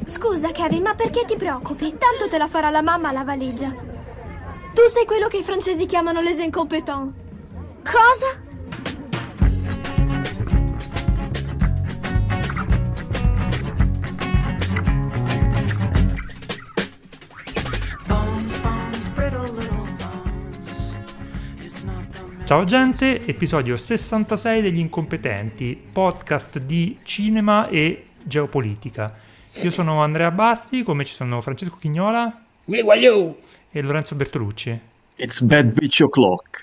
Scusa, Kevin, ma perché ti preoccupi? Tanto te la farà la mamma la valigia. Tu sei quello che i francesi chiamano les incompetents. Cosa? Ciao gente, episodio 66 degli Incompetenti, podcast di cinema e geopolitica. Io sono Andrea Basti, come ci sono Francesco Chignola e Lorenzo Bertolucci. It's bad bitch o'clock.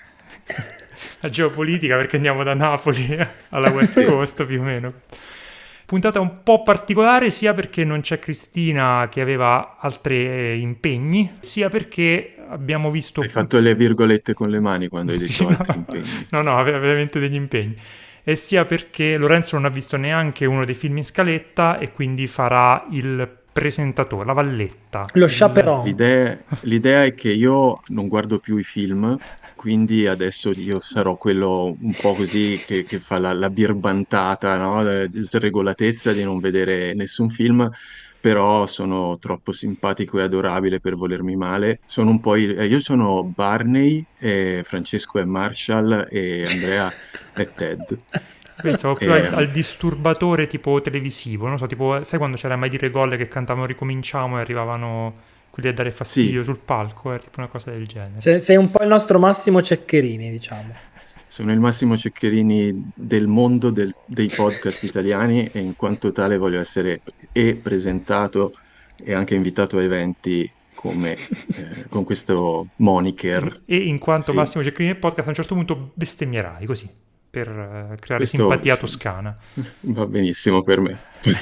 La geopolitica perché andiamo da Napoli alla West Coast più o meno. Puntata un po' particolare sia perché non c'è Cristina che aveva altri impegni, sia perché abbiamo visto... Hai fatto le virgolette con le mani quando hai detto altri impegni. No, aveva veramente degli impegni. E sia perché Lorenzo non ha visto neanche uno dei film in scaletta e quindi farà il presentatore, la valletta. Lo chaperon. L'idea è che io non guardo più i film, quindi adesso io sarò quello un po' così che fa la birbantata, no? Sregolatezza di non vedere nessun film, però sono troppo simpatico e adorabile per volermi male. Sono un po' io sono Barney, Francesco è Marshall e Andrea è Ted. Pensavo più al disturbatore tipo televisivo, non so, tipo, sai quando c'era Mai dire gol che cantavano Ricominciamo e arrivavano quelli a dare fastidio sul palco, era tipo una cosa del genere. Sei un po' il nostro Massimo Ceccherini, diciamo. Sono il Massimo Ceccherini del mondo dei podcast italiani e in quanto tale voglio essere presentato e anche invitato a eventi come con questo moniker. E in quanto Massimo Ceccherini del podcast a un certo punto bestemmierai così, per creare simpatia toscana. Va benissimo per me.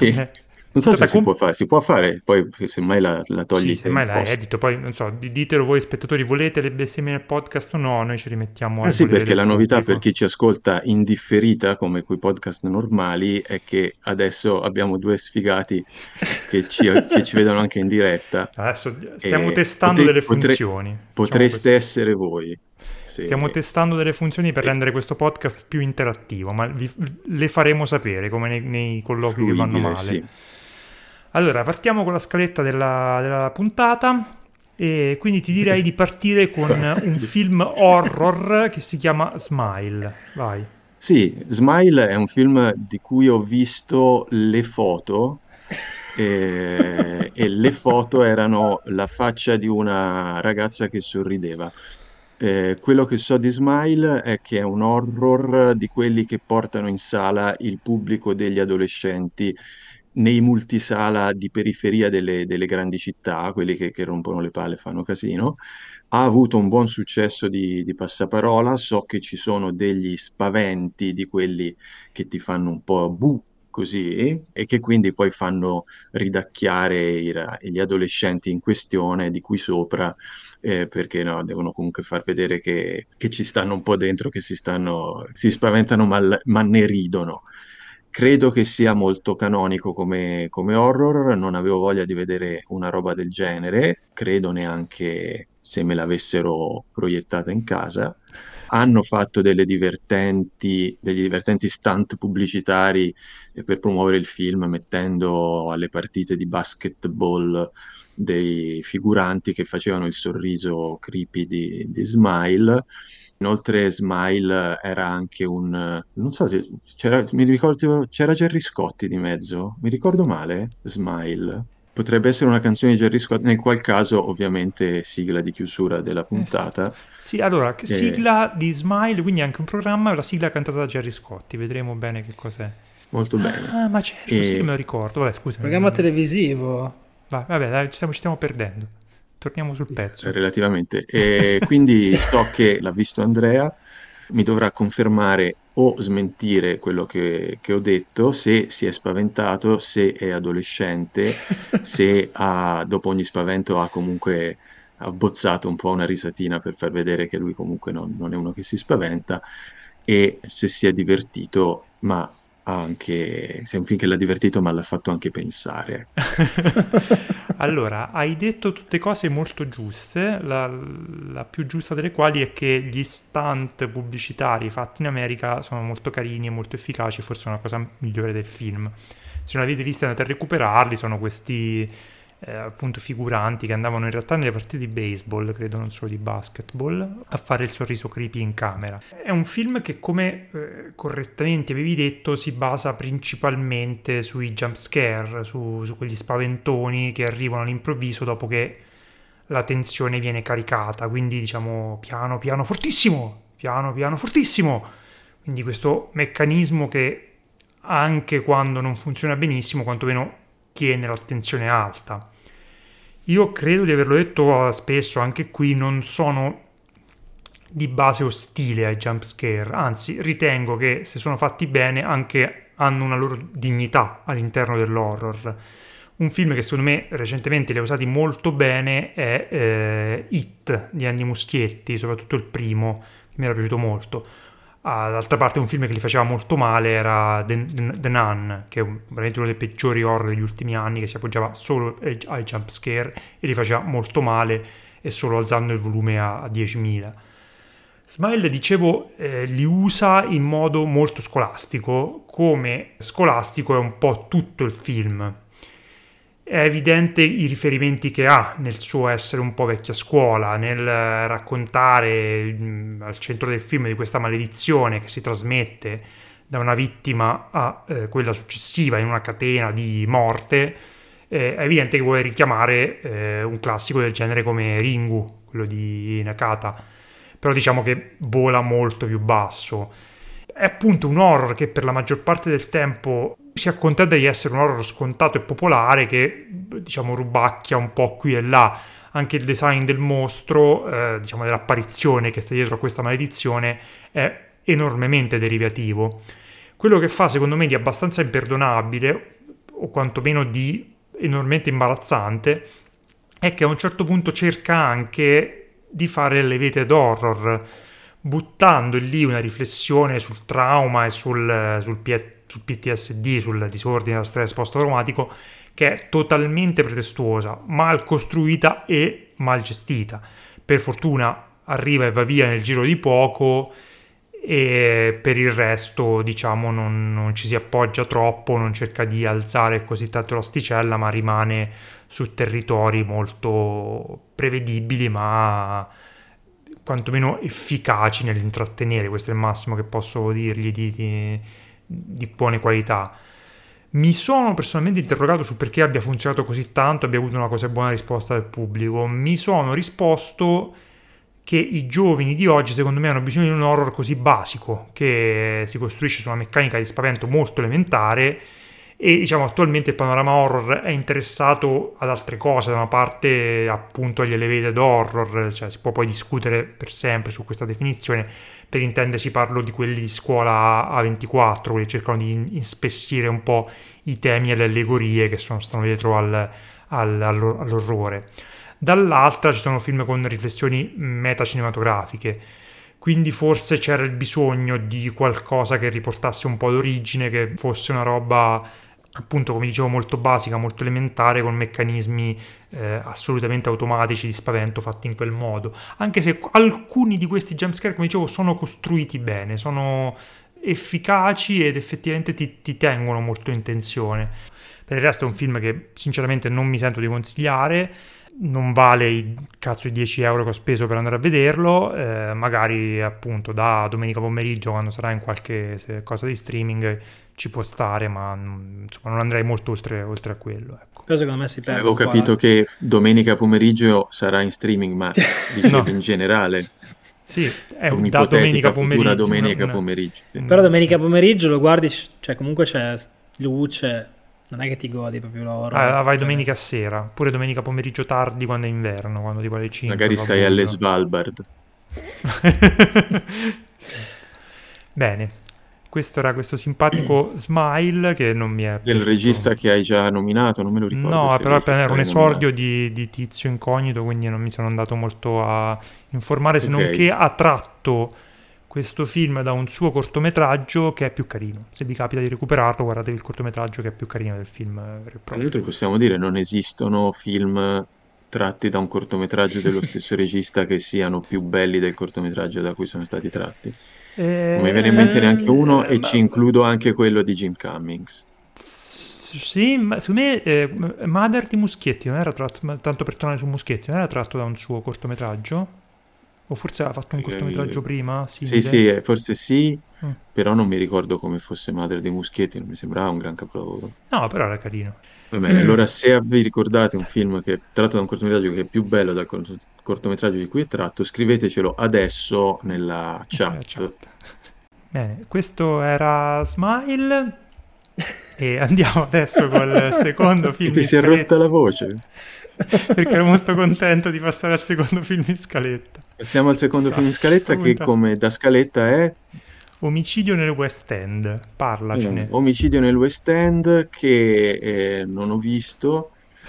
Non so se si può fare, poi semmai la togli. Sì, semmai la edito, poi non so, ditelo voi spettatori, volete le bestemmie nel podcast o no, noi ci rimettiamo a sì, perché la novità per chi ci ascolta in differita, come quei podcast normali, è che adesso abbiamo due sfigati che ci vedono anche in diretta. Adesso stiamo testando delle funzioni. Potreste essere voi. Stiamo testando delle funzioni per rendere questo podcast più interattivo, ma le faremo sapere, come nei colloqui che vanno male. Sì. Allora, partiamo con la scaletta della puntata e quindi ti direi di partire con un film horror che si chiama Smile. Vai. Sì, Smile è un film di cui ho visto le foto e le foto erano la faccia di una ragazza che sorrideva. Quello che so di Smile è che è un horror di quelli che portano in sala il pubblico degli adolescenti nei multisala di periferia delle grandi città, quelli che rompono le palle e fanno casino. Ha avuto un buon successo di passaparola, so che ci sono degli spaventi di quelli che ti fanno un po' così, e che quindi poi fanno ridacchiare gli adolescenti in questione di qui sopra, perché no, devono comunque far vedere che ci stanno un po' dentro, che si spaventano ma ne ridono. Credo che sia molto canonico come horror, non avevo voglia di vedere una roba del genere, credo neanche se me l'avessero proiettata in casa. Hanno fatto degli divertenti stunt pubblicitari per promuovere il film, mettendo alle partite di basketball dei figuranti che facevano il sorriso creepy di Smile. Inoltre Smile era anche non so se mi ricordo, c'era Gerry Scotti di mezzo, mi ricordo male? Smile. Potrebbe essere una canzone di Gerry Scotti, nel qual caso ovviamente sigla di chiusura della puntata. Sì, allora, sigla di Smile, quindi anche un programma, la sigla cantata da Gerry Scotti, vedremo bene che cos'è. Molto bene. Ah, ma certo, sì che me lo ricordo, vabbè scusa. Programma televisivo. Vabbè, dai, ci stiamo perdendo. Torniamo sul pezzo. Relativamente. E quindi so che l'ha visto Andrea, mi dovrà confermare o smentire quello che ho detto, se si è spaventato, se è adolescente, se dopo ogni spavento ha comunque abbozzato un po' una risatina per far vedere che lui comunque non è uno che si spaventa, e se si è divertito, ma anche se è un film che l'ha divertito ma l'ha fatto anche pensare. Allora, hai detto tutte cose molto giuste, la più giusta delle quali è che gli stunt pubblicitari fatti in America sono molto carini e molto efficaci, forse è una cosa migliore del film. se non avete visto andate a recuperarli, sono questi appunto figuranti che andavano in realtà nelle partite di baseball, credo non solo di basketball, a fare il sorriso creepy in camera. È un film che, come correttamente avevi detto, si basa principalmente sui jump scare, su quegli spaventoni che arrivano all'improvviso dopo che la tensione viene caricata, quindi diciamo piano piano fortissimo, piano piano fortissimo, quindi questo meccanismo che anche quando non funziona benissimo quantomeno tiene l'attenzione alta. Io credo di averlo detto spesso anche qui, non sono di base ostile ai jump scare, anzi ritengo che se sono fatti bene anche hanno una loro dignità all'interno dell'horror. Un film che secondo me recentemente li ha usati molto bene è It di Andy Muschietti, soprattutto il primo, che mi era piaciuto molto. D'altra parte un film che li faceva molto male era The Nun, che è veramente uno dei peggiori horror degli ultimi anni, che si appoggiava solo ai jump scare e li faceva molto male e solo alzando il volume a 10.000. Smile, dicevo, li usa in modo molto scolastico, come scolastico è un po' tutto il film. È evidente i riferimenti che ha nel suo essere un po' vecchia scuola, nel raccontare al centro del film di questa maledizione che si trasmette da una vittima a quella successiva in una catena di morte. È evidente che vuole richiamare un classico del genere come Ringu, quello di Nakata, però diciamo che vola molto più basso. È appunto un horror che per la maggior parte del tempo si accontenta di essere un horror scontato e popolare che, diciamo, rubacchia un po' qui e là. Anche il design del mostro, diciamo dell'apparizione che sta dietro a questa maledizione, è enormemente derivativo. Quello che fa, secondo me, di abbastanza imperdonabile, o quantomeno di enormemente imbarazzante, è che a un certo punto cerca anche di fare le vete d'horror, buttando lì una riflessione sul trauma e sul PTSD, sul disordine da stress post-traumatico, che è totalmente pretestuosa, mal costruita e mal gestita. Per fortuna arriva e va via nel giro di poco e per il resto, diciamo, non ci si appoggia troppo, non cerca di alzare così tanto l'asticella, ma rimane su territori molto prevedibili, ma quantomeno efficaci nell'intrattenere. Questo è il massimo che posso dirgli di buone qualità. Mi sono personalmente interrogato su perché abbia funzionato così tanto, abbia avuto una così buona risposta del pubblico. Mi sono risposto che i giovani di oggi secondo me hanno bisogno di un horror così basico, che si costruisce su una meccanica di spavento molto elementare, e diciamo attualmente il panorama horror è interessato ad altre cose. Da una parte appunto agli elevated horror, cioè si può poi discutere per sempre su questa definizione, per intendersi parlo di quelli di scuola A24, quelli che cercano di inspessire un po' i temi e le allegorie che stanno dietro all'orrore. Dall'altra ci sono film con riflessioni metacinematografiche, quindi forse c'era il bisogno di qualcosa che riportasse un po' d'origine, che fosse una roba appunto, come dicevo, molto basica, molto elementare, con meccanismi assolutamente automatici di spavento fatti in quel modo, anche se alcuni di questi jumpscare, come dicevo, sono costruiti bene, sono efficaci ed effettivamente ti tengono molto in tensione. Per il resto è un film che sinceramente non mi sento di consigliare, non vale i cazzo di 10 euro che ho speso per andare a vederlo, magari appunto da domenica pomeriggio, quando sarà in qualche cosa di streaming, ci può stare, ma insomma non andrei molto oltre a quello, ecco. Però secondo me si perde. Avevo capito che domenica pomeriggio sarà in streaming, ma dicevo No. in generale. Sì, è Un'ipotetica da domenica futura pomeriggio. domenica pomeriggio, sì. Però domenica pomeriggio lo guardi, cioè comunque c'è luce, non è che ti godi proprio l'horror. Vai domenica sera, oppure domenica pomeriggio tardi quando è inverno, quando tipo alle 5. Magari fa stai buio. alle Svalbard. Bene, questo era questo simpatico Smile che non mi è Del piaciuto. regista che hai già nominato, non me lo ricordo. No, se però il regista era un l'hai esordio nominato. di Tizio Incognito, quindi non mi sono andato molto a informare, se non Ok. che ha tratto questo film da un suo cortometraggio che è più carino. Se vi capita di recuperarlo, guardatevi il cortometraggio che è più carino del film vero e Tra proprio. l'altro possiamo dire, non esistono film tratti da un cortometraggio dello stesso regista che siano più belli del cortometraggio da cui sono stati tratti. Non mi viene in mente neanche uno, e ci includo anche quello di Jim Cummings. Sì, ma secondo me Mother di Muschietti non era tratto, tanto per tornare su Muschietti, non era tratto da un suo cortometraggio? O forse aveva fatto un cortometraggio prima, Sì, simile? sì, forse sì, Mm. però non mi ricordo come fosse Madre dei Muschietti, non mi sembrava un gran capolavoro. No, però era carino. Va bene, allora se vi ricordate un film che è tratto da un cortometraggio che è più bello del cortometraggio di cui è tratto, scrivetecelo adesso nella chat. Bene, questo era Smile e andiamo adesso col secondo film Ti in si è scaletta, rotta la voce. perché ero molto contento di passare al secondo film in scaletta. Passiamo al secondo film in scaletta che come da scaletta è Omicidio nel West End, parlacene. Omicidio nel West End che non ho visto.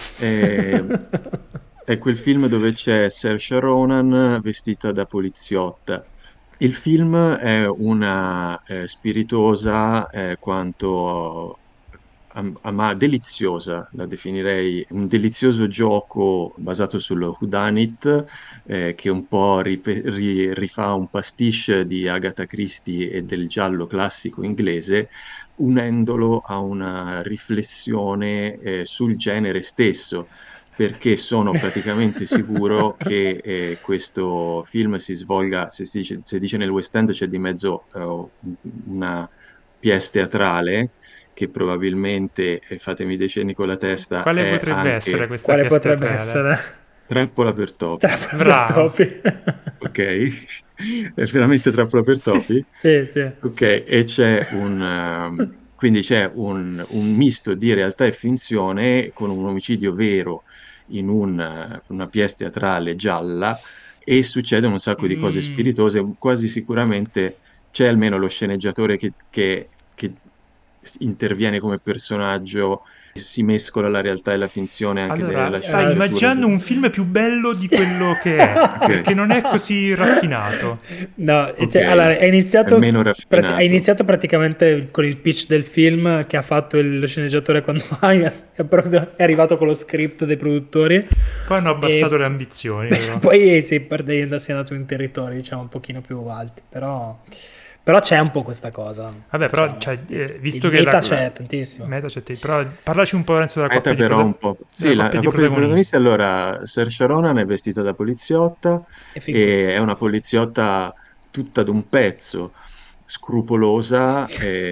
È quel film dove c'è Saoirse Ronan vestita da poliziotta. Il film è una spiritosa quanto deliziosa, la definirei un delizioso gioco basato sullo whodunit che un po' rifà un pastiche di Agatha Christie e del giallo classico inglese, unendolo a una riflessione sul genere stesso, perché sono praticamente sicuro che questo film si svolga, se dice nel West End c'è di mezzo una pièce teatrale che probabilmente, fatemi dei cenni con la testa, Quale è potrebbe essere anche questa Quale pièce potrebbe teatrale? essere? Trappola per topi. Bravo. Topi. Ok? È veramente Trappola per topi? Sì, sì. Ok, e c'è quindi c'è un misto di realtà e finzione con un omicidio vero in una pièce teatrale gialla e succedono un sacco di cose spiritose. Quasi sicuramente c'è almeno lo sceneggiatore che interviene come personaggio, si mescola la realtà e la finzione anche Allora, nella stai sceneggiatura. immaginando un film più bello di quello che è, Ok. perché non è così raffinato. No, Ok, cioè, allora, è iniziato, è meno raffinato. ha iniziato praticamente con il pitch del film che ha fatto lo sceneggiatore quando è arrivato con lo script dei produttori. Poi hanno abbassato E- le ambizioni, però. Poi si è andato in territori, diciamo, un pochino più alti, però c'è un po' questa cosa. Vabbè, però, diciamo. visto Il che meta c'è tantissimo. Meta c'è però parlaci un po' Lorenzo della Meta coppia di però un po'. Sì, la coppia di coppia di protagonisti. protagonisti, allora, Saoirse Ronan è vestita da poliziotta E fin qui. e è una poliziotta tutta d'un pezzo, scrupolosa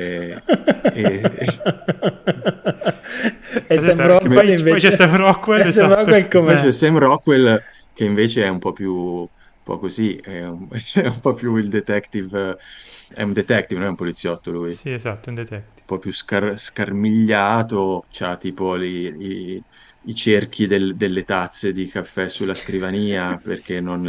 E Sam Aspetta, perché Rockwell poi invece c'è Sam Rockwell, e Sam esatto. Rockwell Poi c'è com'è? Sam Rockwell che invece è un po' così, è un po' più il detective, è un detective, non è un poliziotto lui. Sì, esatto, un detective. Un po' più scarmigliato, c'ha tipo i cerchi delle tazze di caffè sulla scrivania perché non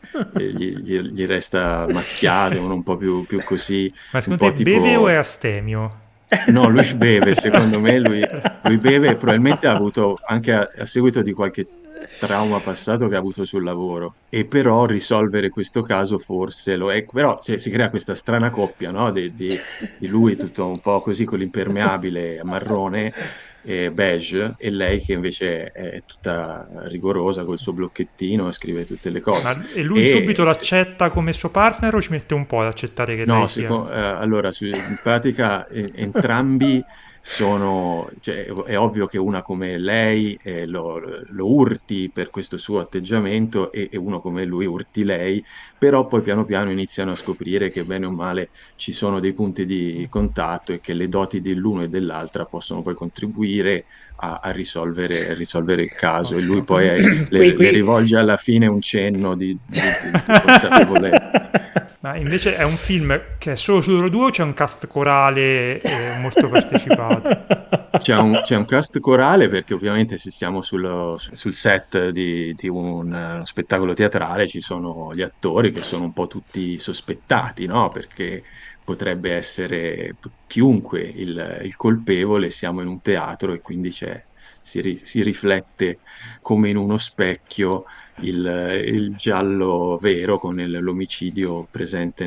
gli resta macchiato, uno un po' più così, Ma un secondo po' te beve o è tipo... astemio? No, lui beve, secondo me lui beve e probabilmente ha avuto anche a seguito di qualche trauma passato che ha avuto sul lavoro e però risolvere questo caso forse lo è, però si crea questa strana coppia, no? Di lui tutto un po' così con l'impermeabile marrone e beige e lei che invece è tutta rigorosa col suo blocchettino e scrive tutte le cose. E lui subito l'accetta come suo partner o ci mette un po' ad accettare che No, lei sia? allora, in pratica entrambi sono, cioè, è ovvio che una come lei lo urti per questo suo atteggiamento e uno come lui urti lei, però poi piano piano iniziano a scoprire che bene o male ci sono dei punti di contatto e che le doti dell'uno e dell'altra possono poi contribuire a risolvere il caso e lui poi le rivolge alla fine un cenno di consapevolezza. Ma invece è un film che è solo su loro due o c'è un cast corale molto partecipato? C'è un cast corale perché ovviamente se siamo sul set di uno spettacolo teatrale ci sono gli attori che sono un po' tutti sospettati, no? Perché potrebbe essere chiunque il colpevole, siamo in un teatro e quindi si riflette come in uno specchio il giallo vero con l'omicidio presente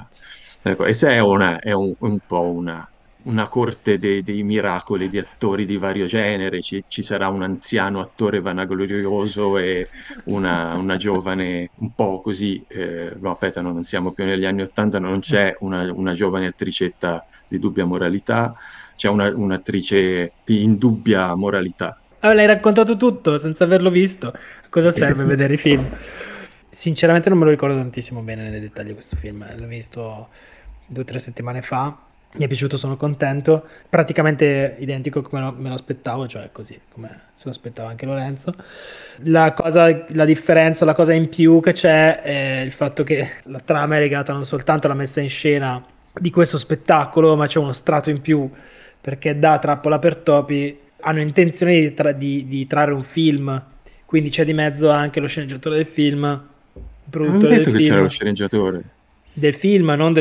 e se è un po' una corte dei miracoli di attori di vario genere, ci sarà un anziano attore vanaglorioso e una giovane un po' così, no aspetta, non siamo più negli anni '80, non c'è una giovane attricetta di dubbia moralità, c'è un'attrice di indubbia moralità. Ah, l'hai raccontato tutto senza averlo visto. A cosa serve vedere i film? Sinceramente non me lo ricordo tantissimo bene nei dettagli questo film. L'ho visto 2 o 3 settimane fa. Mi è piaciuto, sono contento. Praticamente identico come me lo aspettavo, cioè così come se lo aspettava anche Lorenzo. La differenza, la cosa in più che c'è è il fatto che la trama è legata non soltanto alla messa in scena di questo spettacolo, ma c'è uno strato in più perché da Trappola per Topi hanno intenzione di trarre un film, quindi c'è di mezzo anche lo sceneggiatore del film, il produttore Non detto del che c'era film, lo sceneggiatore. del film, non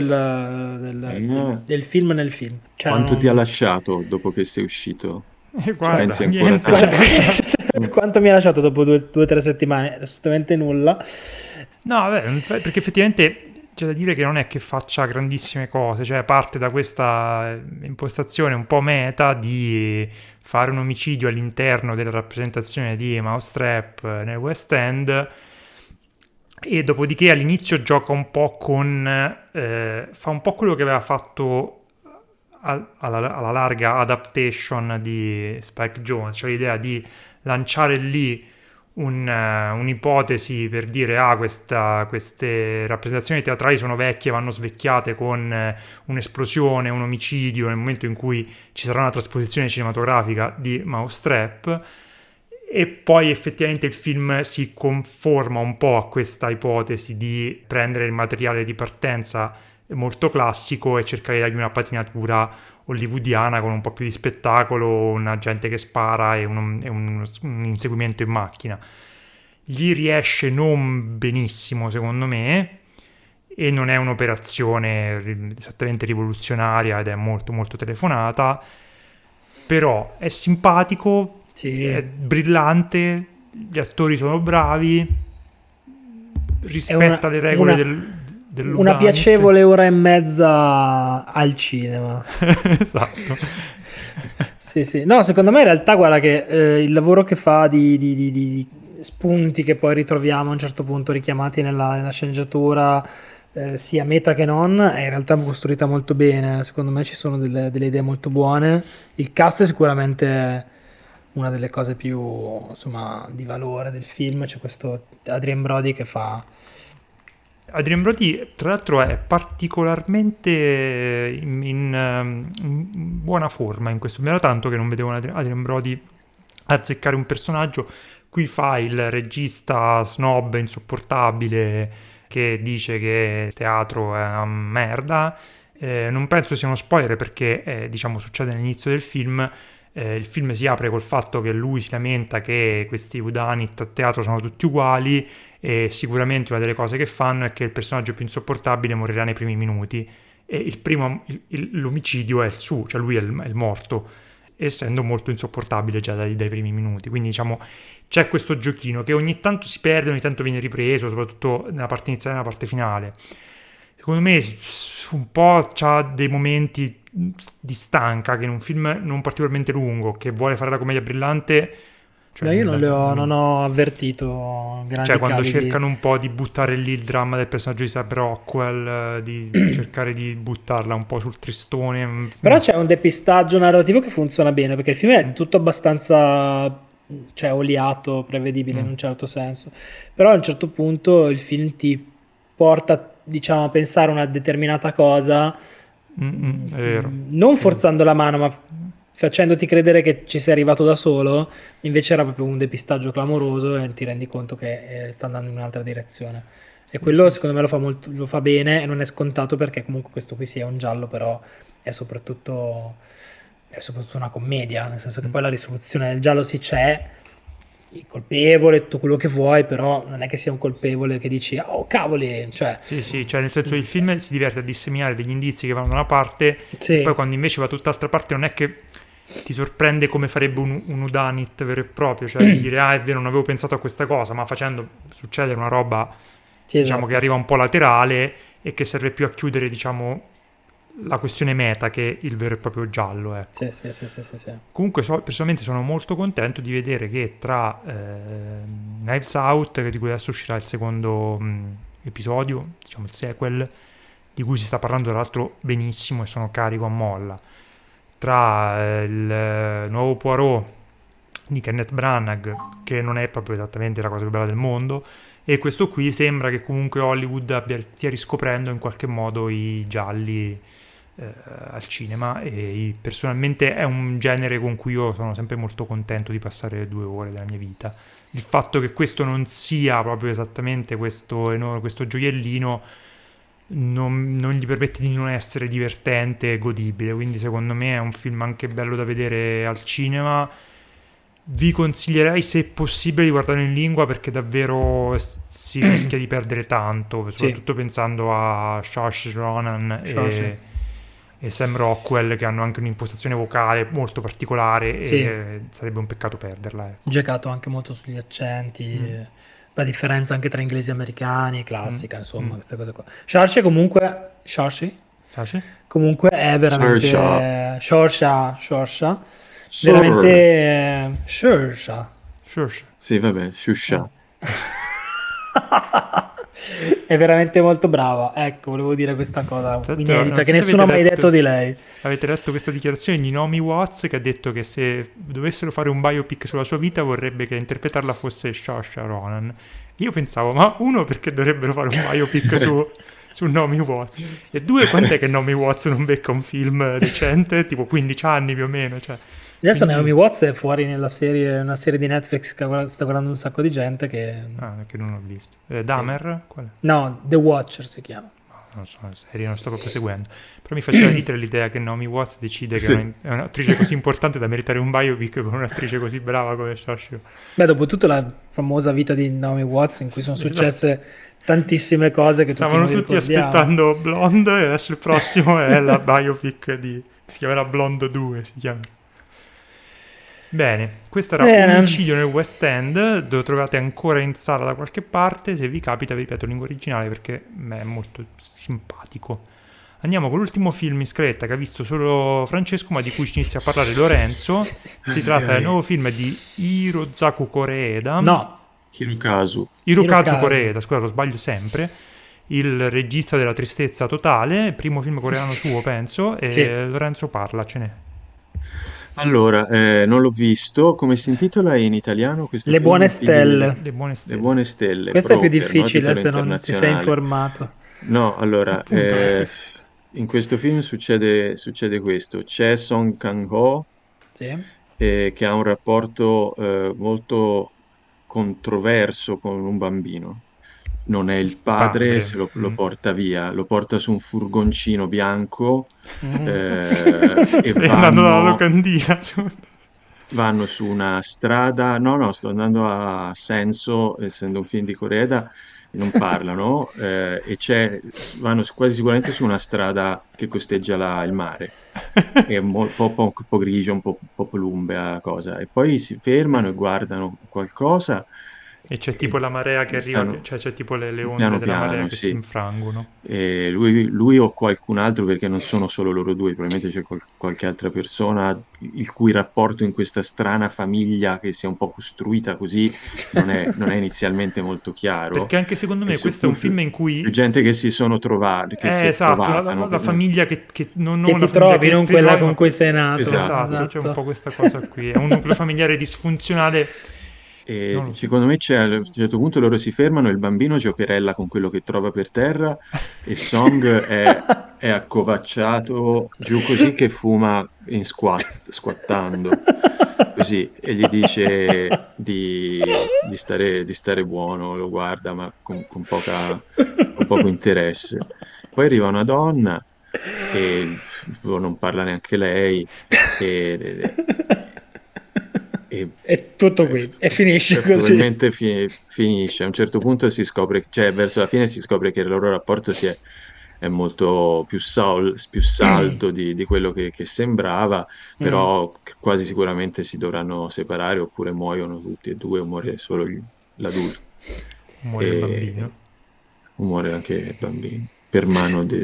del film nel film. Cioè, Quanto ti ha lasciato dopo che sei uscito? Guarda, Pensi ancora niente. tanto? Quanto mi ha lasciato dopo 2 o 3 settimane? Assolutamente nulla. No, vabbè, perché effettivamente c'è da dire che non è che faccia grandissime cose, cioè parte da questa impostazione un po' meta di fare un omicidio all'interno della rappresentazione di Mousetrap nel West End, e dopodiché all'inizio gioca un po' fa un po' quello che aveva fatto alla larga adaptation di Spike Jonze, cioè l'idea di lanciare lì un'ipotesi per dire queste rappresentazioni teatrali sono vecchie, vanno svecchiate con un'esplosione, un omicidio nel momento in cui ci sarà una trasposizione cinematografica di Mousetrap, e poi effettivamente il film si conforma un po' a questa ipotesi di prendere il materiale di partenza molto classico e cercare di dargli una patinatura hollywoodiana con un po' più di spettacolo, una gente che spara e un inseguimento in macchina. Gli riesce non benissimo, secondo me, e non è un'operazione esattamente rivoluzionaria ed è molto molto telefonata, però è simpatico, Sì. è brillante, gli attori sono bravi, rispetta le regole dell'udanit. Una piacevole ora e mezza al cinema. Esatto. Sì. No, secondo me in realtà guarda che il lavoro che fa di spunti che poi ritroviamo a un certo punto richiamati nella sceneggiatura, sia meta che non, è in realtà costruita molto bene. Secondo me ci sono delle idee molto buone. Il cast è sicuramente una delle cose più, insomma, di valore del film. C'è questo Adrien Brody che fa... Adrien Brody, tra l'altro, è particolarmente in buona forma in questo. Mi era tanto che non vedevo Adrien Brody azzeccare un personaggio. Qui fa il regista snob insopportabile che dice che il teatro è una merda. Non penso sia uno spoiler perché, diciamo, succede all'inizio del film. Il film si apre col fatto che lui si lamenta che questi whodunit a teatro sono tutti uguali, e sicuramente una delle cose che fanno è che il personaggio più insopportabile morirà nei primi minuti, e l'omicidio è il suo, cioè lui è il morto, essendo molto insopportabile già dai primi minuti. Quindi, diciamo, c'è questo giochino che ogni tanto si perde, ogni tanto viene ripreso, soprattutto nella parte iniziale e nella parte finale. Secondo me un po' c'ha dei momenti di stanca, che in un film non particolarmente lungo, che vuole fare la commedia brillante, cioè, No, io non ho avvertito grandi cioè quando cali cercano un po' di buttare lì il dramma del personaggio di Sam Rockwell, di cercare di buttarla un po' sul tristone. Però c'è un depistaggio narrativo che funziona bene, perché il film è tutto abbastanza, cioè, oliato, prevedibile in un certo senso. Però a un certo punto il film ti porta, diciamo, a pensare una determinata cosa, è vero. non forzando la mano, ma facendoti credere che ci sei arrivato da solo. Invece era proprio un depistaggio clamoroso e ti rendi conto che sta andando in un'altra direzione. E quello secondo me lo fa bene, e non è scontato, perché comunque questo qui sia un giallo, però è soprattutto una commedia, nel senso che poi la risoluzione del giallo c'è, il colpevole, tutto quello che vuoi, però non è che sia un colpevole che dici oh cavoli, cioè... Sì, cioè nel senso che il film si diverte a disseminare degli indizi che vanno da una parte, Sì. e poi quando invece va da tutt'altra parte non è che ti sorprende come farebbe un whodunit vero e proprio, cioè di dire è vero, non avevo pensato a questa cosa, ma facendo succedere una roba, Sì, diciamo, esatto. che arriva un po' laterale e che serve più a chiudere, diciamo, la questione meta che il vero e proprio giallo, ecco. Sì. Comunque personalmente sono molto contento di vedere che tra Knives Out, di cui adesso uscirà il secondo episodio, diciamo il sequel, di cui si sta parlando tra l'altro benissimo e sono carico a molla, tra il nuovo Poirot di Kenneth Branagh, che non è proprio esattamente la cosa più bella del mondo, e questo qui sembra che comunque Hollywood stia riscoprendo in qualche modo i gialli al cinema, e personalmente è un genere con cui io sono sempre molto contento di passare 2 ore della mia vita. Il fatto che questo non sia proprio esattamente questo gioiellino non gli permette di non essere divertente e godibile, quindi secondo me è un film anche bello da vedere al cinema. Vi consiglierei, se possibile, di guardarlo in lingua, perché davvero si rischia di perdere tanto, soprattutto pensando a Saoirse Ronan e Sam Rockwell, che hanno anche un'impostazione vocale molto particolare, e sarebbe un peccato perderla. Giocato anche molto sugli accenti, la differenza anche tra inglesi e americani, classica, insomma, queste cose qua. Saoirse comunque è veramente Saoirse veramente Saoirse. Sì, vabbè, Shusha. È veramente molto brava, ecco, volevo dire questa cosa inedita, che so nessuno ha mai detto di lei. Avete letto questa dichiarazione di Naomi Watts, che ha detto che se dovessero fare un biopic sulla sua vita vorrebbe che a interpretarla fosse Saoirse Ronan. Io pensavo, ma uno, perché dovrebbero fare un biopic su Naomi Watts, e 2, quant'è che Naomi Watts non becca un film decente? Tipo 15 anni più o meno, cioè. Adesso Naomi Watts è fuori nella serie, una serie di Netflix che sta guardando un sacco di gente che non ho visto. Dahmer? Qual è? No, The Watcher si chiama. Non so, la serie non sto proprio seguendo. Però mi faceva ridere l'idea che Naomi Watts decide che è un'attrice così importante da meritare un biopic con un'attrice così brava come Saoirse. Beh, dopo tutta la famosa vita di Naomi Watts, in cui sono successe tantissime cose che stavano tutti aspettando Blonde, e adesso il prossimo è la biopic si chiamerà Blonde 2, si chiama. Bene, questo era Omicidio nel West End, lo trovate ancora in sala da qualche parte, se vi capita vi ripeto in lingua originale perché è molto simpatico. Andiamo con l'ultimo film in scaletta che ha visto solo Francesco, ma di cui ci inizia a parlare Lorenzo. Si tratta del nuovo film di Hirokazu Koreeda. Hirokazu Koreeda, scusa, lo sbaglio sempre. Il regista della Tristezza Totale, primo film coreano suo, penso, e Lorenzo parlacene. Allora, non l'ho visto. Come si intitola in italiano questo Le film? buone stelle. Le buone stelle. Le buone stelle. Questo è più Broker, difficile, no? se non ti sei informato. No, allora, in questo film succede questo. C'è Song Kang-ho, che ha un rapporto molto controverso con un bambino. Non è il padre, se lo porta via, lo porta su un furgoncino bianco e andando dalla locandina. Vanno su una strada, no, sto andando a senso, essendo un film di Koreeda, non parlano, e vanno quasi sicuramente su una strada che costeggia il mare, è un po' grigia, un po' plumbea cosa, e poi si fermano e guardano qualcosa. E c'è tipo la marea che arriva, cioè c'è tipo le onde della marea che si infrangono. E lui o qualcun altro, perché non sono solo loro due, probabilmente c'è qualche altra persona il cui rapporto in questa strana famiglia che si è un po' costruita così non è inizialmente molto chiaro. Perché anche secondo me questo è un film in cui gente che si sono trovati, che si è trovata, la famiglia che non ti trovi, non quella con cui sei nato. Esatto, c'è un po' questa cosa qui, è un nucleo familiare disfunzionale. E secondo me a un certo punto loro si fermano e il bambino giocherella con quello che trova per terra e Song è accovacciato giù così che fuma squattando così, e gli dice di stare buono, lo guarda ma con poco interesse. Poi arriva una donna e non parla neanche lei è tutto qui e finisce così. Probabilmente finisce. A un certo punto si scopre, cioè verso la fine si scopre che il loro rapporto è molto più saldo di quello che sembrava, però quasi sicuramente si dovranno separare oppure muoiono tutti e due, o muore solo l'adulto. Muore il bambino. Muore anche il bambino per mano di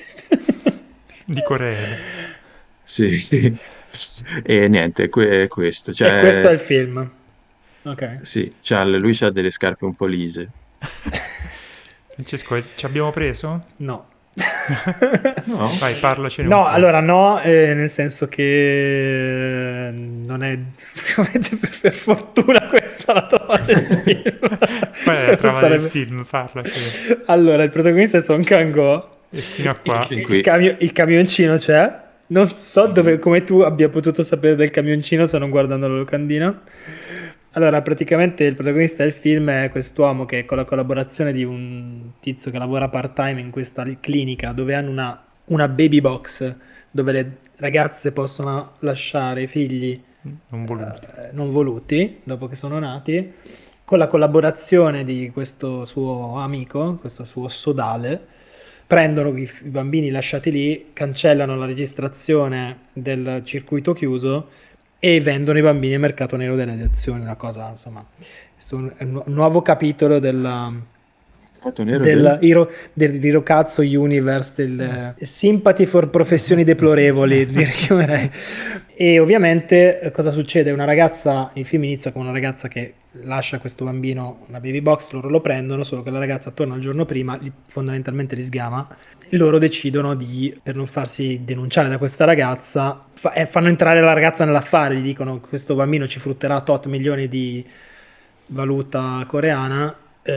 Corea. Sì. E niente, questo. Cioè, e questo è il film. Ok. Sì, lui ha delle scarpe un po' lise. Francesco, ci abbiamo preso? No. No? Vai, parlacene No, un po'. allora no, nel senso che non è per fortuna questa la trama del film. Qual è la trama del Sarebbe- film? Parlaci. Allora, il protagonista è Song Kang-ho. E fino a qua. Fin qui. Il camioncino c'è. Non so dove, come tu abbia potuto sapere del camioncino se non guardando la locandina. Allora, praticamente il protagonista del film è quest'uomo che con la collaborazione di un tizio che lavora part-time in questa clinica dove hanno una baby box dove le ragazze possono lasciare i figli Non voluto. non voluti dopo che sono nati, con la collaborazione di questo suo amico, questo suo sodale, prendono i bambini lasciati lì, cancellano la registrazione del circuito chiuso e vendono i bambini al mercato nero delle adozioni, una cosa, insomma, è un nuovo capitolo Fatto nero del Hirokatsu Universe, del Sympathy for professioni deplorevoli, direi. E ovviamente cosa succede? Una ragazza, il film inizia con una ragazza che lascia questo bambino, una baby box, loro lo prendono, solo che la ragazza torna il giorno prima, fondamentalmente li sgama, e loro decidono per non farsi denunciare da questa ragazza, fanno entrare la ragazza nell'affare, gli dicono questo bambino ci frutterà tot milioni di valuta coreana,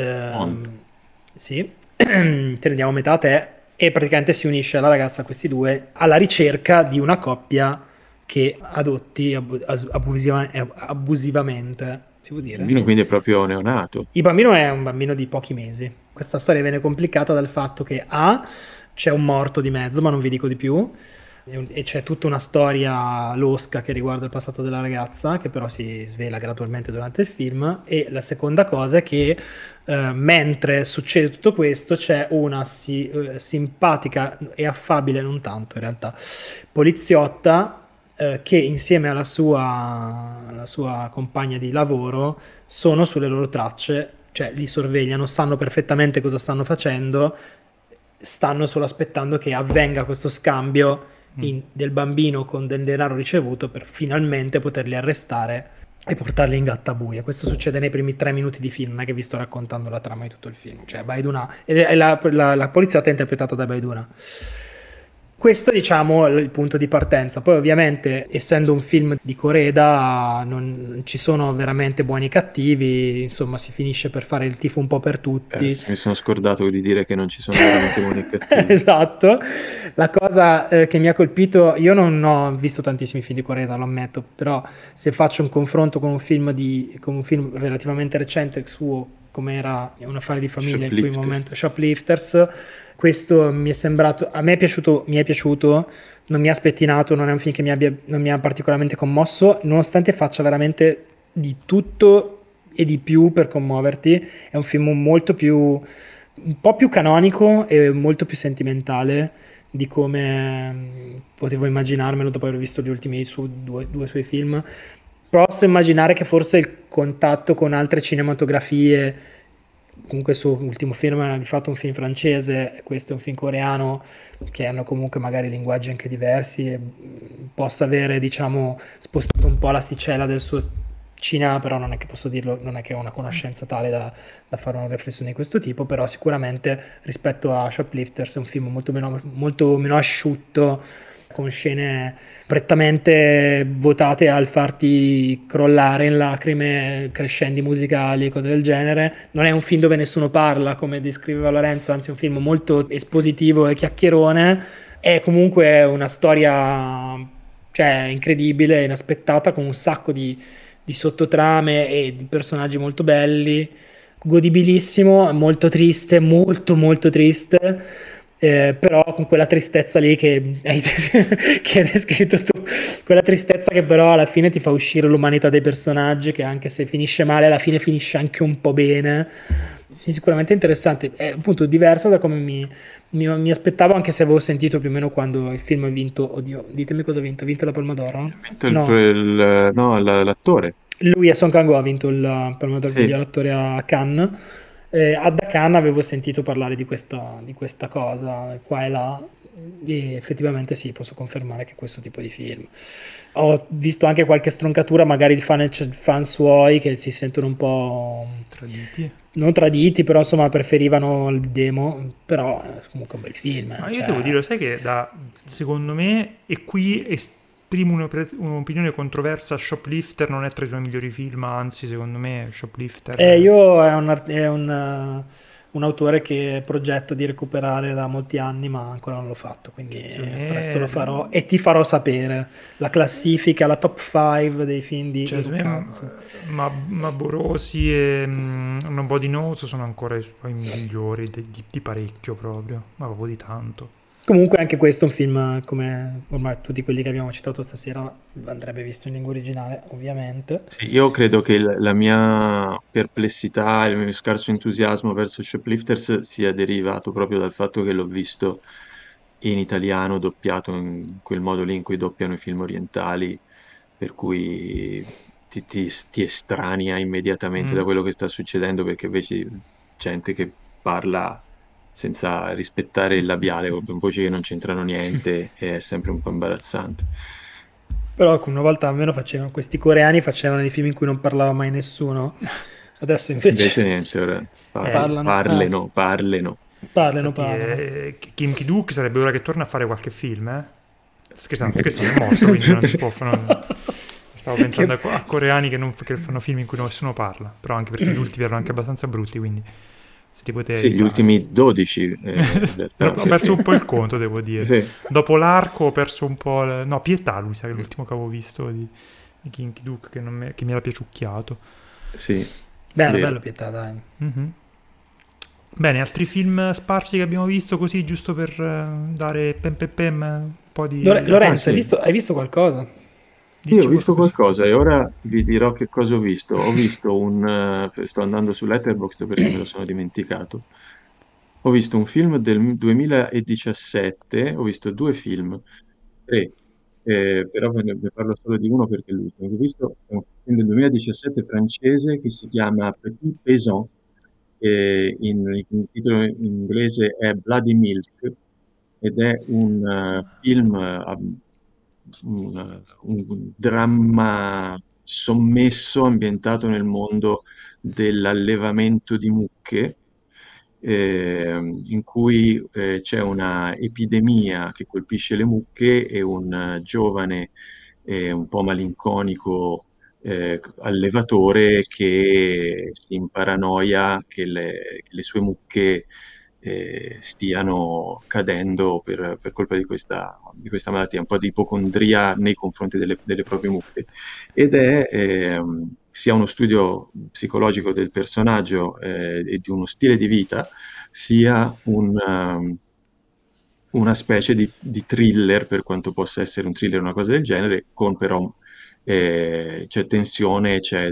sì, te ne diamo metà a te, e praticamente si unisce la ragazza a questi due alla ricerca di una coppia che adotti abusivamente, si può Il dire? bambino Sì. quindi è proprio neonato. Il bambino è un bambino di pochi mesi. Questa storia viene complicata dal fatto che c'è un morto di mezzo, ma non vi dico di più, e c'è tutta una storia losca che riguarda il passato della ragazza, che però si svela gradualmente durante il film. E la seconda cosa è che mentre succede tutto questo c'è una simpatica e affabile, non tanto in realtà, poliziotta che insieme alla sua compagna di lavoro sono sulle loro tracce, cioè li sorvegliano, sanno perfettamente cosa stanno facendo, stanno solo aspettando che avvenga questo scambio del bambino con del denaro ricevuto per finalmente poterli arrestare e portarli in gattabuia. Questo succede nei primi 3 minuti di film, non è che vi sto raccontando la trama di tutto il film. Cioè Baiduna, e la poliziotta è interpretata da Baiduna. Questo, diciamo, è il punto di partenza. Poi ovviamente, essendo un film di Koreda, non ci sono veramente buoni e cattivi, insomma si finisce per fare il tifo un po' per tutti. Mi sono scordato di dire che non ci sono veramente buoni e cattivi. Esatto. La cosa che mi ha colpito, io non ho visto tantissimi film di Koreda, lo ammetto, però se faccio un confronto con un film relativamente recente suo, come era Un affare di famiglia, in cui momento Shoplifters, questo mi è sembrato, a me è piaciuto, non mi ha spettinato, non è un film che non mi ha particolarmente commosso, nonostante faccia veramente di tutto e di più per commuoverti. È un film un po' più canonico e molto più sentimentale di come potevo immaginarmelo dopo aver visto gli ultimi due suoi film. Posso immaginare che forse il contatto con altre cinematografie, comunque il suo ultimo film era di fatto un film francese, questo è un film coreano, che hanno comunque magari linguaggi anche diversi, e possa avere, diciamo, spostato un po' l'asticella del suo cinema, però non è che posso dirlo, non è che ho una conoscenza tale da fare una riflessione di questo tipo, però sicuramente rispetto a Shoplifters è un film molto meno asciutto, con scene prettamente votate al farti crollare in lacrime, crescendi musicali, cose del genere. Non è un film dove nessuno parla, come descriveva Lorenzo, anzi è un film molto espositivo e chiacchierone. È comunque una storia, cioè, incredibile, inaspettata, con un sacco di sottotrame e di personaggi molto belli, godibilissimo, molto triste, molto molto triste. Però con quella tristezza lì che hai descritto tu, quella tristezza che però alla fine ti fa uscire l'umanità dei personaggi, che anche se finisce male alla fine finisce anche un po' bene. Sicuramente interessante, è appunto diverso da come mi aspettavo, anche se avevo sentito più o meno quando il film ha vinto, oddio, ditemi cosa ha vinto la Palma d'Oro? No, l'attore. Lui, Song Kang-ho, ha vinto il Palma d'Oro, Sì. l'attore a Cannes. Da Cannes avevo sentito parlare di questa cosa qua e là, e effettivamente sì, posso confermare che questo tipo di film Ho visto anche qualche stroncatura magari di fan suoi che si sentono un po' Traditi. non traditi, però insomma preferivano il demo, però è comunque un bel film. Ma io devo dire, sai che secondo me, e qui esprimo un'opinione controversa, Shoplifter non è tra i suoi migliori film, anzi secondo me Shoplifter... Io è un autore che progetto di recuperare da molti anni, ma ancora non l'ho fatto, quindi presto lo farò e ti farò sapere la classifica, la top 5 dei film di Katsu. Ma Borosi e Nobody Knows sono ancora i suoi migliori di parecchio proprio, ma proprio di tanto. Comunque anche questo è un film, come ormai tutti quelli che abbiamo citato stasera, andrebbe visto in lingua originale, ovviamente. Sì, io credo che la mia perplessità, il mio scarso entusiasmo verso Shoplifters sia derivato proprio dal fatto che l'ho visto in italiano, doppiato in quel modo lì in cui doppiano i film orientali, per cui ti estranea immediatamente da quello che sta succedendo, perché invece gente che parla senza rispettare il labiale, con voci che non c'entrano niente, è sempre un po' imbarazzante. Però una volta almeno questi coreani facevano dei film in cui non parlava mai nessuno, adesso invece niente, ora parlano. parleno. Kim Ki-duk sarebbe ora che torna a fare qualche film, eh? Scherzando, è morto, quindi non si può fare... Stavo pensando a coreani che fanno film in cui nessuno parla, però anche perché gli ultimi erano anche abbastanza brutti, quindi se ti potevi Sì, gli ultimi 12. Ho perso un po' il conto, devo dire. Sì. Dopo l'Arco ho perso un po'... No, Pietà, lui sa che è l'ultimo che avevo visto di Kim Ki-duk, che mi era piaciucchiato. Sì. Bello Pietà, dai. Mm-hmm. Bene, altri film sparsi che abbiamo visto così, giusto per dare un po' di... Lorenzo, hai visto qualcosa? Io ho visto qualcosa e ora vi dirò che cosa ho visto. Ho visto sto andando su Letterboxd perché me lo sono dimenticato. Ho visto un film del 2017, ho visto 2 film, 3, però ne parlo solo di uno perché è l'ultimo che ho visto. È un film del 2017 francese che si chiama Petit Paysan, che in titolo in inglese è Bloody Milk, ed è un film, un dramma sommesso ambientato nel mondo dell'allevamento di mucche, in cui c'è una epidemia che colpisce le mucche e un giovane un po' malinconico allevatore che si imparanoia che le sue mucche stiano cadendo per colpa di questa malattia, un po' di ipocondria nei confronti delle proprie mucche. Ed è sia uno studio psicologico del personaggio e di uno stile di vita, sia una specie di thriller, per quanto possa essere un thriller o una cosa del genere, con però c'è tensione, c'è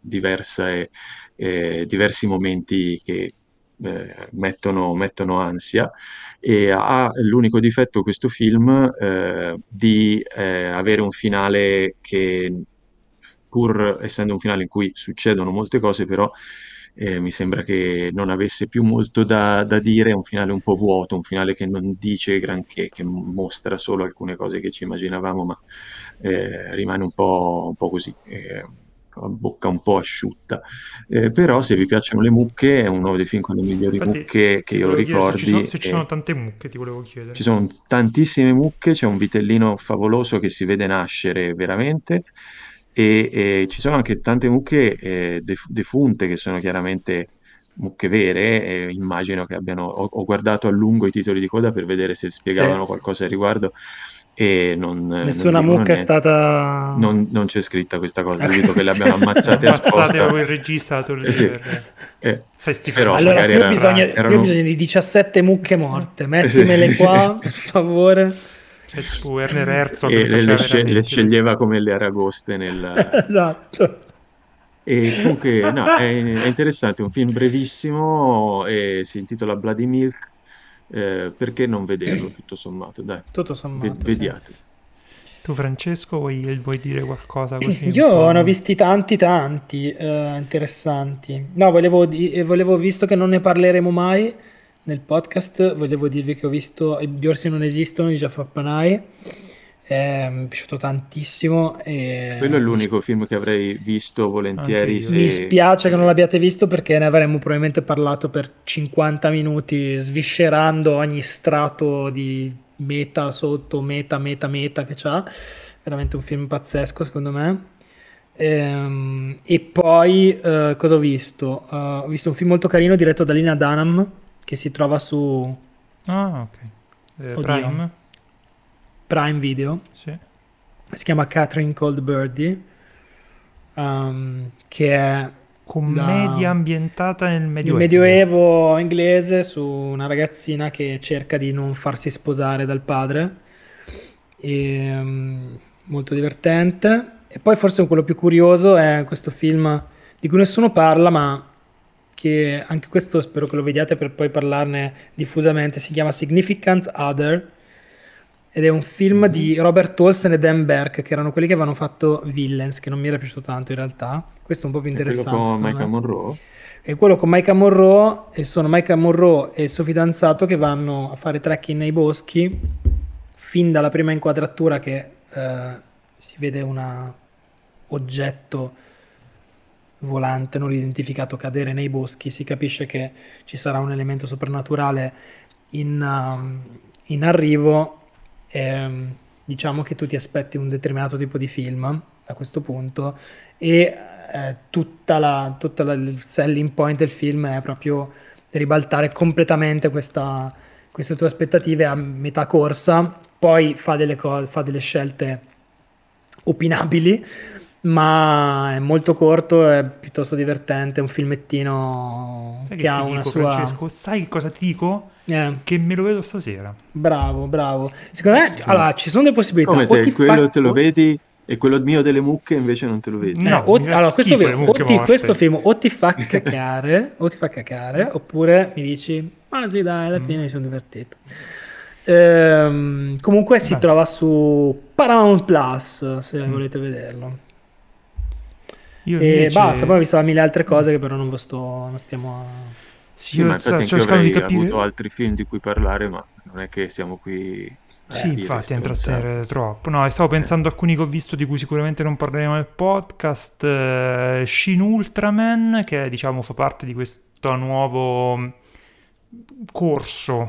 diversi momenti che mettono ansia, e ha l'unico difetto questo film di avere un finale che, pur essendo un finale in cui succedono molte cose, però mi sembra che non avesse più molto da dire, è un finale un po' vuoto, un finale che non dice granché, che mostra solo alcune cose che ci immaginavamo, ma rimane un po' così, a bocca un po' asciutta. Però se vi piacciono le mucche, è uno dei film con le migliori mucche che io ricordi. Se ci sono tante mucche, ti volevo chiedere. Ci sono tantissime mucche, c'è un vitellino favoloso che si vede nascere veramente, e ci sono anche tante mucche defunte, che sono chiaramente mucche vere. Immagino che ho guardato a lungo i titoli di coda per vedere se spiegavano qualcosa al riguardo, e nessuna mucca è stata... Non c'è scritta questa cosa, dubito che le abbiano ammazzate apposta. Il regista sai Stefano, allora io ho bisogno di 17 mucche morte, mettimele qua per favore. Werner Herzog e le sceglieva come le aragoste esatto. E comunque no, è interessante, un film brevissimo e si intitola Bloody Milk. Perché non vederlo, tutto sommato, dai. Tutto sommato, vediate. Sì. Tu Francesco vuoi dire qualcosa così? Io ne ho visti tanti interessanti. No, volevo, visto che non ne parleremo mai nel podcast, volevo dirvi che ho visto I Gli orsi non esistono di Jafar Panahi, Mi è piaciuto tantissimo e Quello è l'unico film che avrei visto volentieri Anche io. mi se... spiace che non l'abbiate visto perché ne avremmo probabilmente parlato per 50 minuti, sviscerando ogni strato di meta sotto, meta che c'ha. Veramente un film pazzesco, secondo me. E poi cosa ho visto? Ho visto un film molto carino diretto da Lena Dunham che si trova su Ah, ok. Oddio. Prime? Prime Video. Sì. Si chiama Catherine Cold Birdie, che è Commedia ambientata nel il Medioevo. Medioevo inglese su una ragazzina che cerca di non farsi sposare dal padre. Molto divertente. E poi forse quello più curioso è questo film di cui nessuno parla, ma che anche questo spero che lo vediate per poi parlarne diffusamente. Si chiama Significant Other ed è un film di Robert Olsen e Dan Burke, che erano quelli che avevano fatto Villains, che non mi era piaciuto tanto in realtà. Questo è un po' più È quello interessante, con secondo Maika me. Monroe? È quello con Maika Monroe, e sono Maika Monroe e il suo fidanzato che vanno a fare trekking nei boschi. Fin dalla prima inquadratura che si vede un oggetto volante non identificato cadere nei boschi, si capisce che ci sarà un elemento soprannaturale in arrivo. Diciamo che tu ti aspetti un determinato tipo di film a questo punto e il selling point del film è proprio ribaltare completamente queste tue aspettative a metà corsa. Poi fa delle scelte opinabili, ma è molto corto, è piuttosto divertente, è un filmettino Sai che ha ti una dico, sua... Francesco? Sai cosa ti dico? Eh, Che me lo vedo stasera. bravo. Secondo me, allora, ci sono delle possibilità. Come O te, ti quello fa- te lo o- vedi e quello mio delle mucche invece non te lo vedi. No, mi fa allora, questo schifo le film, mucche morte. questo film o ti fa cacare, oppure mi dici, ma sì, dai, alla fine mi sono divertito. Comunque si Beh. trova su Paramount Plus, se volete vederlo. Io E invece... basta, poi ho visto mille altre cose che però non stiamo a... Sì, Sì, ma io infatti sto anche io cercando di avrei capire... avuto altri film di cui parlare, ma non è che siamo qui a Sì, dire infatti, a stronzate. intrattenere troppo. No, stavo pensando a alcuni che ho visto di cui sicuramente non parleremo nel podcast. Shin Ultraman, che diciamo fa parte di questo nuovo corso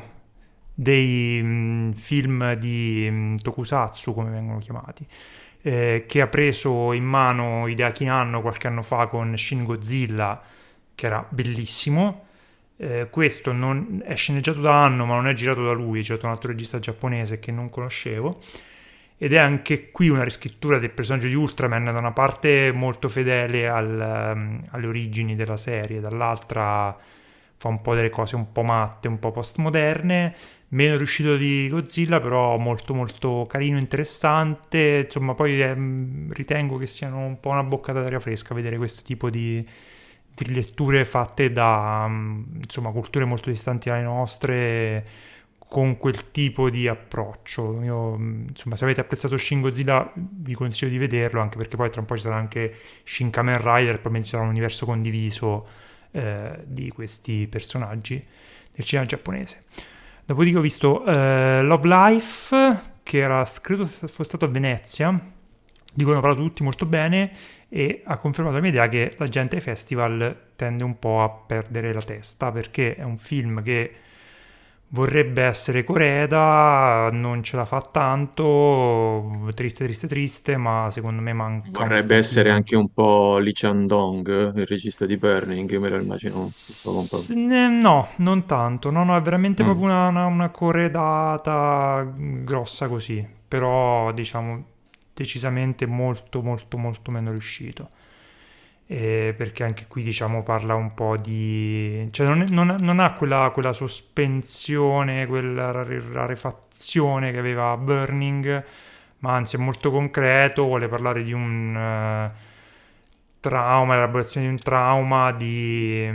dei film di tokusatsu, come vengono chiamati, che ha preso in mano Hideaki Anno qualche anno fa con Shin Godzilla, che era bellissimo. Questo non è sceneggiato da Anno, ma non è girato da lui, è girato un altro regista giapponese che non conoscevo, ed è anche qui una riscrittura del personaggio di Ultraman, da una parte molto fedele alle origini della serie, dall'altra fa un po' delle cose un po' matte, un po' postmoderne, meno riuscito di Godzilla, però molto molto carino, interessante. Insomma, poi ritengo che siano un po' una boccata d'aria fresca vedere questo tipo di letture fatte da insomma culture molto distanti dalle nostre, con quel tipo di approccio. Io, insomma, se avete apprezzato Shin Godzilla vi consiglio di vederlo, anche perché poi tra un po' ci sarà anche Shin Kamen Rider, probabilmente ci sarà un universo condiviso di questi personaggi del cinema giapponese. Dopodiché ho visto Love Life, che era, credo fosse stato a Venezia, di cui hanno parlato tutti molto bene, e ha confermato la mia idea che la gente ai festival tende un po' a perdere la testa, perché è un film che vorrebbe essere Coreda, non ce la fa tanto, triste, ma secondo me manca Vorrebbe essere anche un po' Lee Chandong, il regista di Burning, io me lo immagino un po'. No, non tanto, no, è veramente Mm. proprio una corredata grossa così, però diciamo decisamente molto meno riuscito. Perché anche qui diciamo parla un po' di... cioè non ha quella sospensione, quella rarefazione che aveva Burning, ma anzi è molto concreto, vuole parlare di un trauma, l'elaborazione di un trauma, di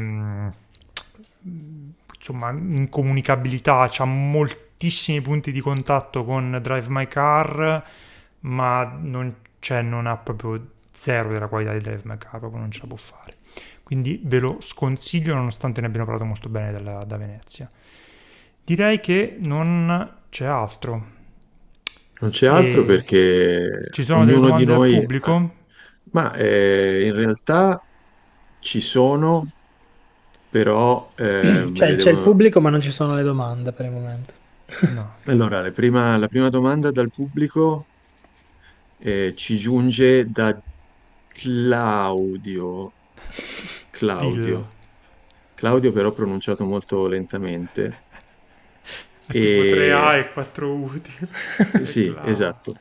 insomma incomunicabilità, c'ha moltissimi punti di contatto con Drive My Car, ma non ha proprio zero della qualità di Drive My Car, proprio non ce la può fare. Quindi ve lo sconsiglio, nonostante ne abbiano parlato molto bene da Venezia. Direi che non c'è altro. Non c'è altro E perché ci sono delle ognuno di domande dal noi... pubblico? Ma in realtà ci sono, però me le C'è il devo... pubblico, ma non ci sono le domande per il momento. No. Allora, la prima domanda dal pubblico ci giunge da Claudio. Dillo. Claudio. Claudio però pronunciato molto lentamente. È tipo 3A E e 4U. sì, esatto.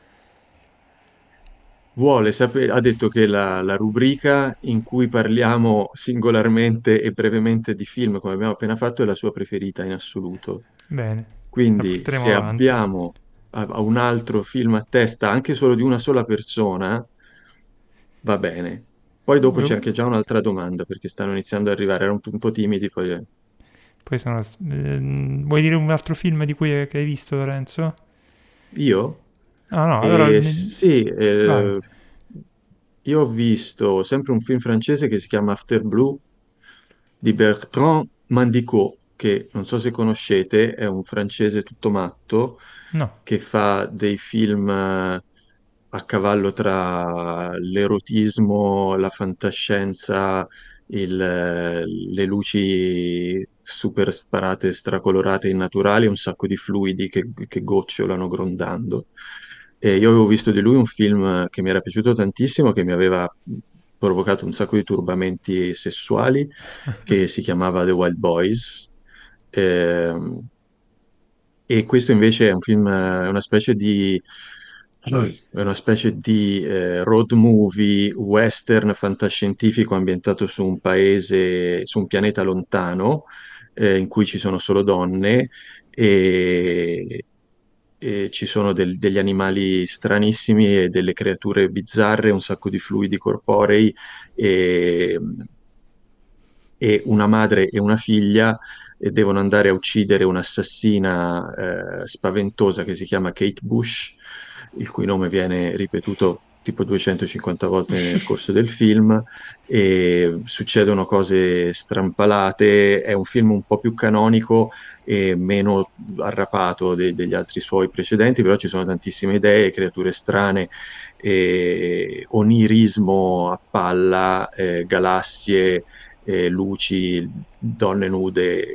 Vuole sapere, ha detto che la rubrica in cui parliamo singolarmente e brevemente di film, come abbiamo appena fatto, è la sua preferita in assoluto. Bene, la Quindi, porteremo se avanti. abbiamo a un altro film a testa, anche solo di una sola persona, va bene. Poi dopo c'è anche già un'altra domanda, perché stanno iniziando ad arrivare, erano un po' timidi, poi... Poi vuoi dire un altro film di cui che hai visto, Lorenzo? Io? Ah no, allora... Sì, Vai. io ho visto sempre un film francese che si chiama After Blue di Bertrand Mandico, che non so se conoscete, è un francese tutto matto No. che fa dei film a cavallo tra l'erotismo, la fantascienza, le luci super sparate, stracolorate, innaturali, e un sacco di fluidi che gocciolano grondando. E io avevo visto di lui un film che mi era piaciuto tantissimo, che mi aveva provocato un sacco di turbamenti sessuali, che si chiamava The Wild Boys. Ehm, e questo invece è un film, è una specie di road movie western fantascientifico ambientato su un paese, su un pianeta lontano, in cui ci sono solo donne e, e ci sono degli animali stranissimi e delle creature bizzarre, un sacco di fluidi corporei e, e una madre e una figlia devono andare a uccidere un'assassina spaventosa che si chiama Kate Bush, il cui nome viene ripetuto tipo 250 volte nel corso del film, e succedono cose strampalate. È un film un po' più canonico e meno arrapato degli altri suoi precedenti, però ci sono tantissime idee, creature strane, onirismo a palla, galassie, luci, donne nude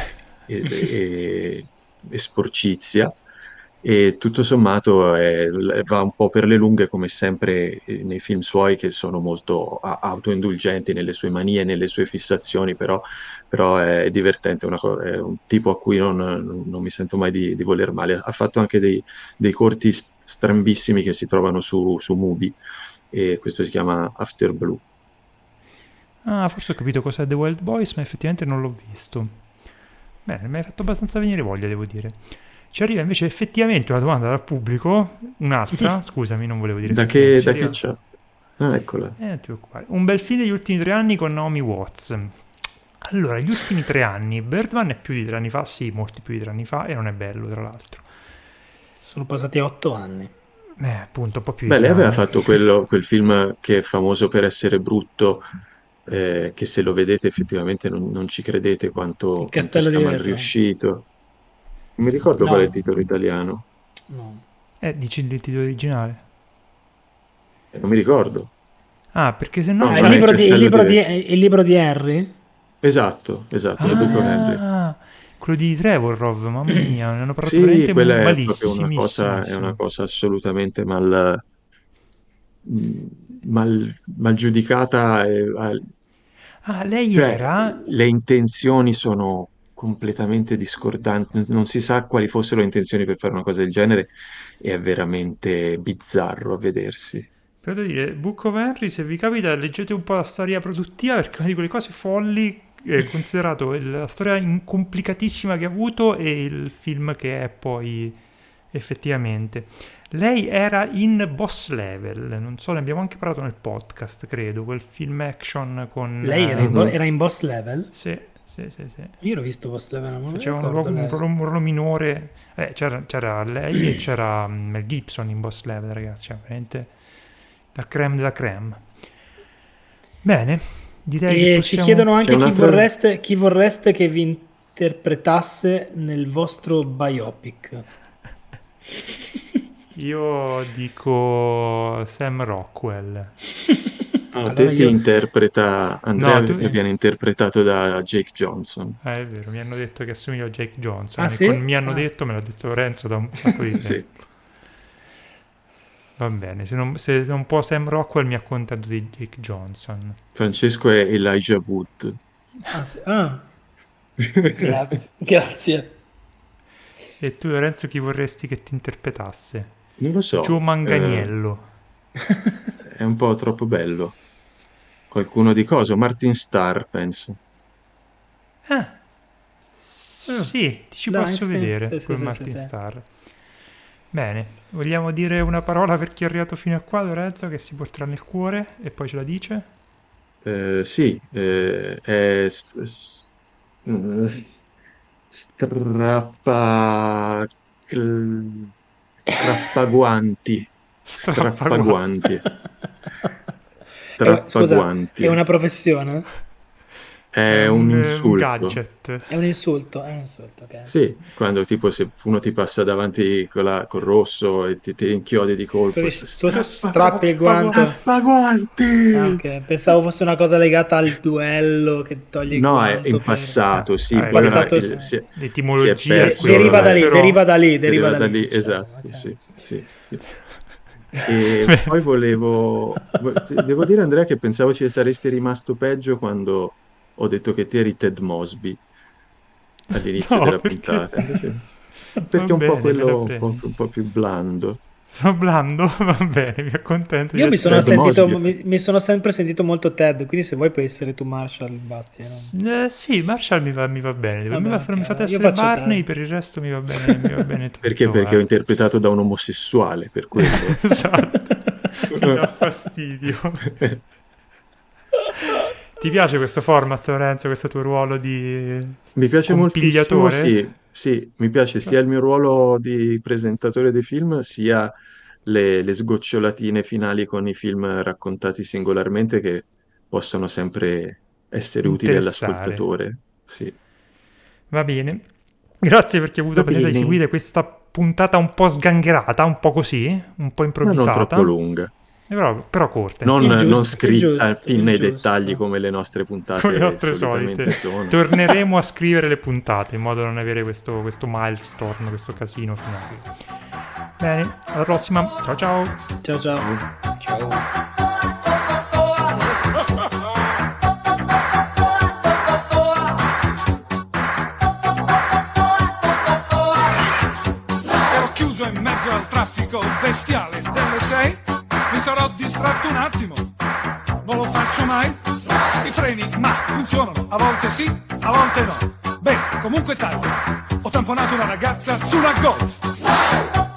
e sporcizia. E tutto sommato va un po' per le lunghe, come sempre nei film suoi, che sono molto autoindulgenti nelle sue manie, nelle sue fissazioni, però è divertente, è un tipo a cui non mi sento mai di voler male. Ha fatto anche dei corti strambissimi che si trovano su Mubi, e questo si chiama After Blue. Ah, forse ho capito cos'è The Wild Boys, ma effettivamente non l'ho visto. Bene, mi hai fatto abbastanza venire voglia, devo dire. Ci arriva invece effettivamente una domanda dal pubblico, un'altra, scusami, non volevo dire effettivamente. Ci Da che arriva... c'è? Ah, eccola. Non ti preoccupare. Un bel film degli ultimi 3 anni con Naomi Watts. Allora, gli ultimi 3 anni, Birdman è più di 3 anni fa, sì, molti più di 3 anni fa, e non è bello, tra l'altro. Sono passati 8 anni. Appunto, un po' più Beh, di lei 3 aveva anni. fatto quel film che è famoso per essere brutto, che se lo vedete effettivamente non ci credete Il quanto castello di sia mal vetro. riuscito. Non mi ricordo qual è il No, titolo italiano. no. Dici il titolo originale? Non mi ricordo. Ah, perché se no No, Ah, c'è... non è il Castello di Vetro. il libro di Henry? Esatto, The Book of Henry. Ah, quello di Trevorrow, mamma mia, ne hanno parlato Sì, veramente quella è proprio è una malissimissimo. cosa assolutamente mal giudicata. Ah, lei Cioè, era... le intenzioni sono completamente discordanti, non si sa quali fossero le intenzioni per fare una cosa del genere, e è veramente bizzarro a vedersi. Però devo dire, Book of Henry, se vi capita, leggete un po' la storia produttiva, perché è una di quelle cose folli, considerato la storia complicatissima che ha avuto e il film che è poi effettivamente. Lei era in Boss Level, non so, ne abbiamo anche parlato nel podcast, credo, quel film action con... Lei era Mhm. era in Boss Level? Sì, sì, sì, sì. Io l'ho visto Boss Level, non me lo Faceva ricordo lei. un ruolo minore. C'era lei e c'era Mel Gibson in Boss Level, ragazzi. Cioè, veramente la creme della creme. Bene, direi che E possiamo... ci chiedono C'è anche un'altra... chi vorreste che vi interpretasse nel vostro biopic. Io dico Sam Rockwell. A te che interpreta Andrea, No, tu- viene interpretato da Jake Johnson. È vero, mi hanno detto che assomiglia a Jake Johnson. Ah, E sì? mi hanno detto, me l'ha detto Lorenzo da un sacco di tempo. Sì. Va bene, se non può Sam Rockwell mi accontento di Jake Johnson. Francesco è Elijah Wood. Grazie. E tu Lorenzo chi vorresti che ti interpretasse? Non lo so. Joe Manganiello. È un po' troppo bello. Qualcuno di cosa? Martin Starr, penso. Sì, ti ci Dai, posso sì, vedere sì, con sì, Martin sì. Starr. Bene, vogliamo dire una parola per chi è arrivato fino a qua, Lorenzo, che si porterà nel cuore e poi ce la dice? Sì, è strappa... strappaguanti. Strappaguanti. Scusa, Strappaguanti. è una professione? È un insulto. gadget. È un insulto, ok. Sì, quando tipo se uno ti passa davanti col rosso e ti inchiodi di colpo. Strappi il guanto. Strappaguanti! Ah, ok, pensavo fosse una cosa legata al duello che togli il No, guanto. è in passato, sì. in poi passato l'etimologia si è perso, deriva da lì, però- deriva da lì. deriva da diciamo, lì, esatto, ok. sì. E poi devo dire Andrea che pensavo ci saresti rimasto peggio quando ho detto che te eri Ted Mosby all'inizio No, della perché? puntata. Perché Va è un bene, po' quello me la prendo. un po' più blando. Sono blando? Va bene, mi accontento di Io mi sono, Ted sentito, Mosby. mi sono sempre sentito molto Ted, quindi se vuoi puoi essere tu Marshall, basti. No? Sì, Marshall mi va bene. Vabbè, mi fate ok, io essere faccio Barney, Ted. per il resto mi va bene tutto. Perché? Perché ho interpretato da un omosessuale, per quello. Esatto, mi dà fastidio. Ti piace questo format, Lorenzo, questo tuo ruolo di Mi piace moltissimo, scompigliatore? sì, mi piace sia il mio ruolo di presentatore dei film, sia le sgocciolatine finali con i film raccontati singolarmente che possono sempre essere utili Interessare. all'ascoltatore. Sì. Va bene. Grazie perché hai avuto Va la pazienza di bene, seguire questa puntata un po' sgangrata, un po' così, un po' ma non improvvisata. troppo lunga. Però corta. Non, Il giusto, non il scritta giusto, fin il nei giusto. dettagli come le nostre puntate Come le nostre solitamente solite. sono. Torneremo a scrivere le puntate in modo da non avere questo milestone, questo casino finale. Bene, alla prossima. Ciao ciao. Ciao. Ero chiuso in mezzo al traffico bestiale delle 6. Mi sarò distratto un attimo. Non lo faccio mai. I freni, ma funzionano. A volte sì, a volte no. Beh, comunque tardi. Ho tamponato una ragazza sulla Golf.